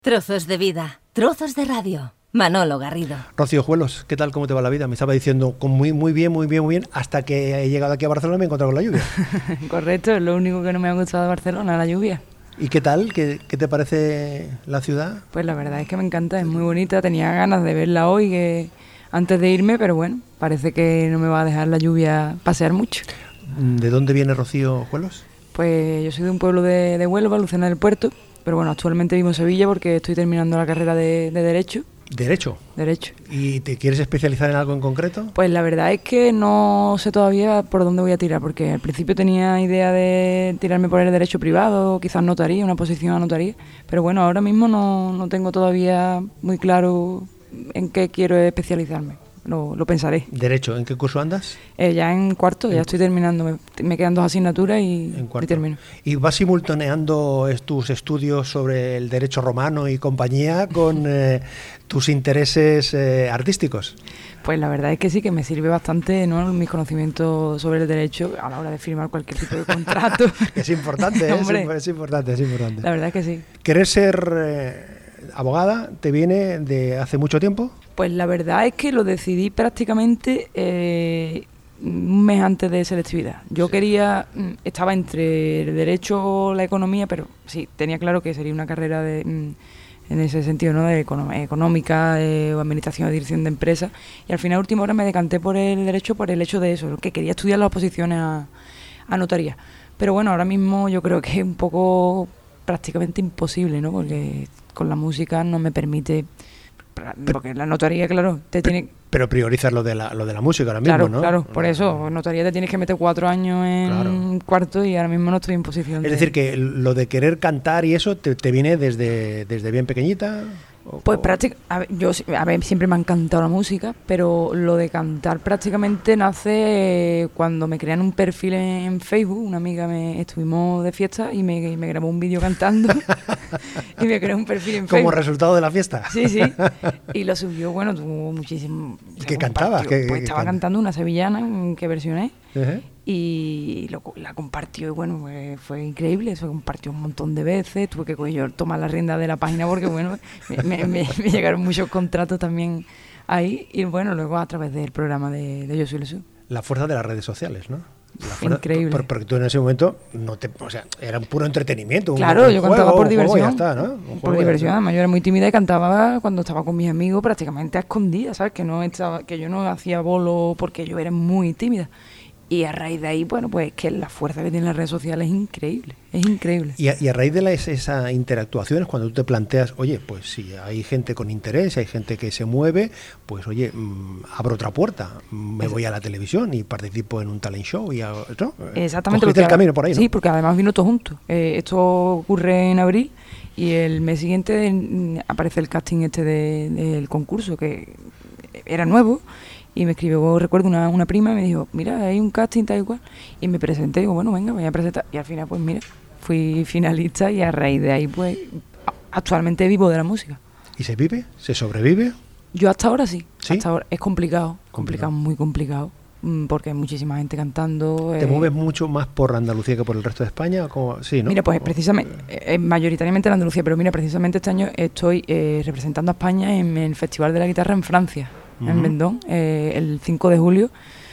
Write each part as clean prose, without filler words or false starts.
Trozos de vida, trozos de radio. Manolo Garrido. Rocío Juelos, ¿qué tal? ¿Cómo te va la vida? Me estaba diciendo muy bien, hasta que he llegado aquí a Barcelona y me he encontrado con la lluvia. Correcto, es lo único que no me ha gustado de Barcelona, la lluvia. ¿Y qué tal? ¿Qué te parece la ciudad? Pues la verdad es que me encanta, es muy bonita, tenía ganas de verla hoy antes de irme, pero bueno, parece que no me va a dejar la lluvia pasear mucho. ¿De dónde viene Rocío Juelos? Pues yo soy de un pueblo de Huelva, Lucena del Puerto, pero bueno, actualmente vivo en Sevilla porque estoy terminando la carrera de Derecho. ¿Derecho? Derecho. ¿Y te quieres especializar en algo en concreto? Pues la verdad es que no sé todavía por dónde voy a tirar, porque al principio tenía idea de tirarme por el derecho privado, quizás notaría, una posición a notaría, pero bueno, ahora mismo no tengo todavía muy claro en qué quiero especializarme. Lo pensaré. ¿Derecho? ¿En qué curso andas? Ya en cuarto, ya estoy terminando. Me quedan 2 asignaturas y termino. ¿Y vas simultaneando tus estudios sobre el derecho romano y compañía con tus intereses artísticos? Pues la verdad es que sí, que me sirve bastante, ¿no?, mis conocimientos sobre el derecho a la hora de firmar cualquier tipo de contrato. Es importante, Hombre, es importante. La verdad es que sí. ¿Querer ser abogada te viene de hace mucho tiempo? Pues la verdad es que lo decidí prácticamente un mes antes de selectividad. Yo quería, estaba entre el derecho o la economía, pero sí, tenía claro que sería una carrera en ese sentido, ¿no?, de económica, o administración o dirección de empresas, y al final, a última hora, me decanté por el derecho por el hecho de eso, que quería estudiar las oposiciones a notaría. Pero bueno, ahora mismo yo creo que es un poco prácticamente imposible, ¿no?, porque con la música no me permite, porque la notaría, claro, te tiene... Pero priorizas lo de la música ahora mismo, claro, ¿no? Claro, por eso, notaría te tienes que meter 4 años en cuarto y ahora mismo no estoy en posición. Es decir, que lo de querer cantar y eso te viene desde bien pequeñita. Pues siempre me ha encantado la música, pero lo de cantar prácticamente nace cuando me crean un perfil en Facebook. Una amiga estuvimos de fiesta y me grabó un vídeo cantando y me creó un perfil en Facebook. ¿Como resultado de la fiesta? Sí. Y lo subió, bueno, tuvo muchísimo... ¿Qué cantabas? Pues estaba cantando una sevillana, que versioné, uh-huh. Y la compartió y bueno, fue increíble, se compartió un montón de veces, tuve que yo tomar la rienda de la página porque bueno, me llegaron muchos contratos también ahí y bueno, luego a través del programa de Yo Soy Lesú. La fuerza de las redes sociales, ¿no? Increíble. Porque tú en ese momento era un puro entretenimiento. Claro, yo cantaba por diversión. Ya está, ¿no? Por diversión, además yo era muy tímida y cantaba cuando estaba con mis amigos prácticamente a escondidas, ¿sabes? Que yo no hacía bolo porque yo era muy tímida. Y a raíz de ahí, bueno, pues que la fuerza que tienen las redes sociales es increíble, es increíble. Y a raíz de esa interactuación es cuando tú te planteas, oye, pues si hay gente con interés, hay gente que se mueve, pues oye, abro otra puerta, me voy a la televisión y participo en un talent show y ¿no? Exactamente. Cogiste el camino por ahí, ¿no? Sí, porque además vino todo junto. Esto ocurre en abril y el mes siguiente aparece el casting del concurso, que era nuevo. Y me escribió, recuerdo, una prima y me dijo, mira, hay un casting tal y cual. Y me presenté, digo, bueno, venga, voy a presentar. Y al final, pues mira, fui finalista y a raíz de ahí, pues, actualmente vivo de la música. ¿Y se vive? ¿Se sobrevive? Yo hasta ahora sí. ¿Sí? Hasta ahora es complicado, muy complicado, porque hay muchísima gente cantando. ¿Te mueves mucho más por Andalucía que por el resto de España? ¿Sí, no? Mira, pues precisamente, mayoritariamente en Andalucía, pero mira, precisamente este año estoy representando a España en el Festival de la Guitarra en Francia. En Vendôme, el 5 de julio,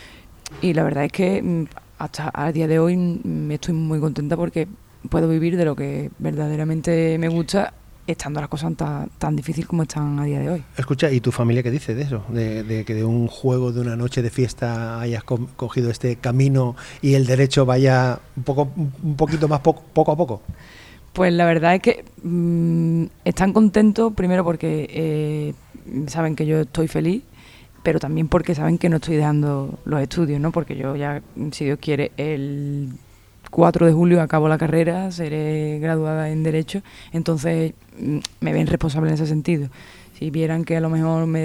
y la verdad es que hasta a día de hoy estoy muy contenta porque puedo vivir de lo que verdaderamente me gusta, estando las cosas tan difíciles como están a día de hoy. Escucha, ¿y tu familia qué dice de eso? De que de un juego, de una noche de fiesta hayas cogido este camino y el derecho vaya un poquito más poco a poco. Pues la verdad es que están contentos, primero porque saben que yo estoy feliz, pero también porque saben que no estoy dejando los estudios, ¿no? Porque yo ya, si Dios quiere, el 4 de julio acabo la carrera, seré graduada en Derecho, entonces me ven responsable en ese sentido. Si vieran que a lo mejor me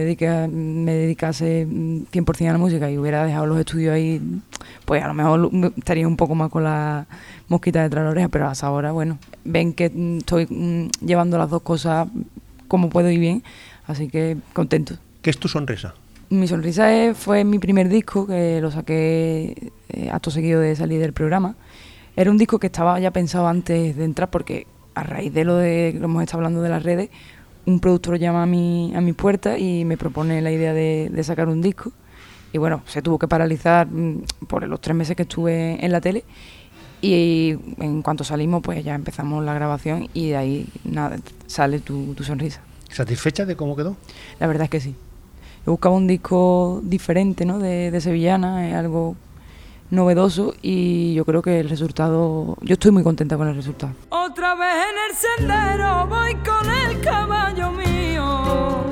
dedicase 100% a la música y hubiera dejado los estudios ahí, pues a lo mejor estaría un poco más con la mosquita detrás de la oreja, pero hasta ahora, bueno, ven que estoy llevando las dos cosas como puedo y bien, así que contento. ¿Qué es tu sonrisa? Mi sonrisa fue mi primer disco, que lo saqué acto seguido de salir del programa. Era un disco que estaba ya pensado antes de entrar porque a raíz de lo que hemos estado hablando de las redes, un productor llama a mi puerta y me propone la idea de sacar un disco. Y bueno, se tuvo que paralizar por los 3 meses que estuve en la tele. Y en cuanto salimos, pues ya empezamos la grabación y de ahí nada, sale tu sonrisa. ¿Satisfecha de cómo quedó? La verdad es que sí. Yo buscaba un disco diferente, ¿no? de sevillana, algo novedoso, y yo creo que el resultado, yo estoy muy contenta con el resultado. Otra vez en el sendero voy con el caballo mío,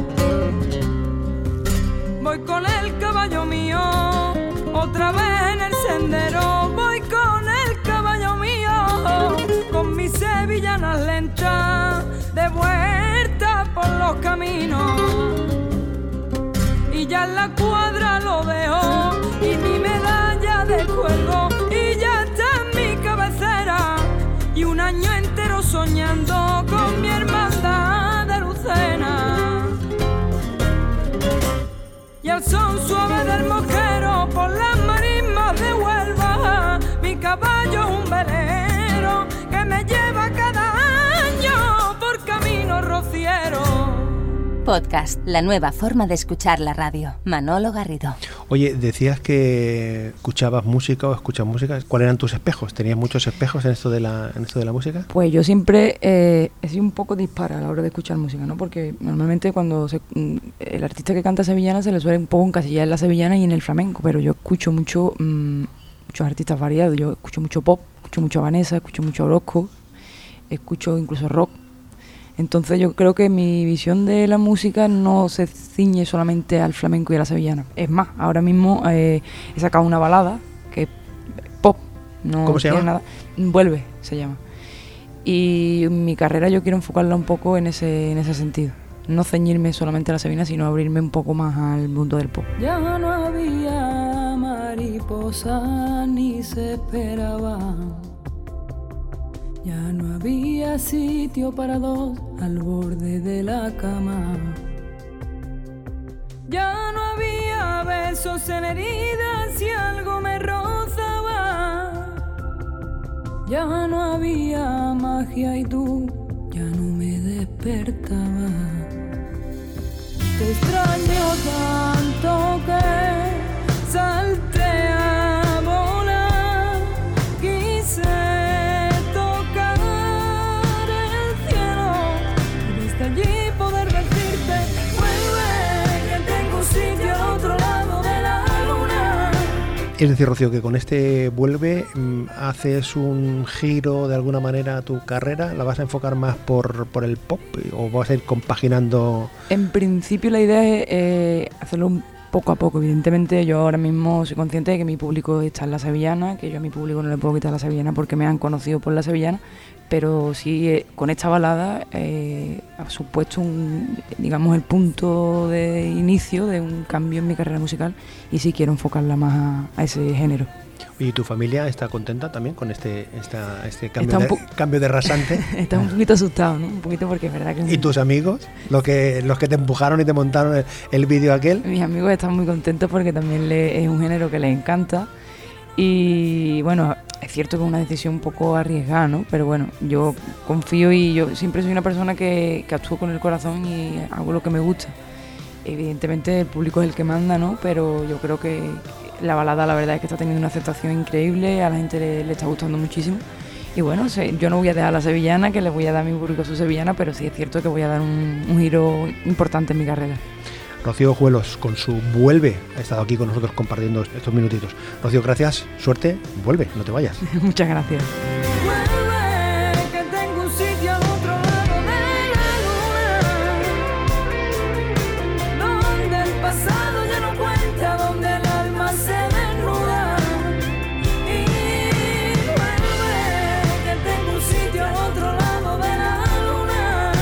voy con el caballo mío, otra vez en el sendero voy con el caballo mío, con mis sevillanas lentas de vuelta por los caminos, y ya en la cuadra lo dejo y mi medalla de cuelgo y ya está en mi cabecera, y un año entero soñando con mi hermandad de Lucena, y al son suave del mosquero por las marismas de Huelva, mi caballo es un velero que me lleva cada año por camino rociero. Podcast, la nueva forma de escuchar la radio. Manolo Garrido. Oye, decías que escuchabas música o escuchas música. ¿Cuáles eran tus espejos? ¿Tenías muchos espejos en esto de la música? Pues yo siempre he sido un poco dispara a la hora de escuchar música, ¿no? Porque normalmente cuando el artista que canta sevillana se le suele un poco encasillar en la sevillana y en el flamenco, pero yo escucho muchos artistas variados. Yo escucho mucho pop, escucho mucho a Vanessa, escucho mucho a Orozco, escucho incluso rock. Entonces yo creo que mi visión de la música no se ciñe solamente al flamenco y a la sevillana. Es más, ahora mismo he sacado una balada que es pop. No ¿Cómo se llama? Nada. Vuelve, se llama. Y mi carrera yo quiero enfocarla un poco en ese sentido. No ceñirme solamente a la sevillana, sino abrirme un poco más al mundo del pop. Ya no había mariposa ni se esperaba, ya no había sitio para dos al borde de la cama, ya no había besos en heridas si algo me rozaba, ya no había magia y tú ya no me despertaba. Te extraño tanto que salté a volar, quise allí poder decirte, vuelve, que tengo un sitio al otro lado de la luna. Es decir, Rocío, que con este Vuelve haces un giro de alguna manera a tu carrera. ¿La vas a enfocar más por el pop o vas a ir compaginando? En principio la idea es hacerlo poco a poco. Evidentemente yo ahora mismo soy consciente de que mi público está en la sevillana, que yo a mi público no le puedo quitar la sevillana porque me han conocido por la sevillana, pero sí con esta balada ha supuesto el punto de inicio de un cambio en mi carrera musical, y sí quiero enfocarla más a ese género. ¿Y tu familia está contenta también con este cambio de rasante? Está un poquito asustado, ¿no? Un poquito, porque es verdad que... ¿Y tus amigos? Los que te empujaron y te montaron el vídeo aquel. Mis amigos están muy contentos porque también es un género que les encanta. Y bueno, es cierto que es una decisión un poco arriesgada, ¿no? Pero bueno, yo confío y yo siempre soy una persona que actúo con el corazón y hago lo que me gusta. Evidentemente el público es el que manda, ¿no? Pero yo creo que la balada, la verdad es que está teniendo una aceptación increíble, a la gente le está gustando muchísimo. Y bueno, yo no voy a dejar a la sevillana, que le voy a dar a mi público su sevillana, pero sí es cierto que voy a dar un giro importante en mi carrera. Rocío Ojuelos, con su Vuelve, ha estado aquí con nosotros compartiendo estos minutitos. Rocío, gracias, suerte, vuelve, no te vayas. Muchas gracias. Vuelve, que tengo un sitio al otro lado de la luna, donde el pasado ya no cuenta, donde el alma se desnuda. Y vuelve, que tengo un sitio al otro lado de la luna,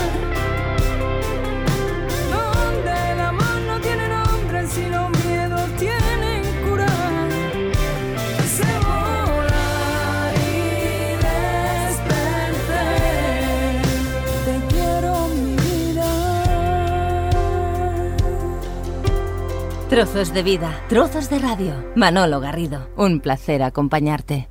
donde el amor no tiene nombre, si los miedos tienen cura. Se volar y despertar, te quiero mi vida. Trozos de vida, trozos de radio. Manolo Garrido. Un placer acompañarte.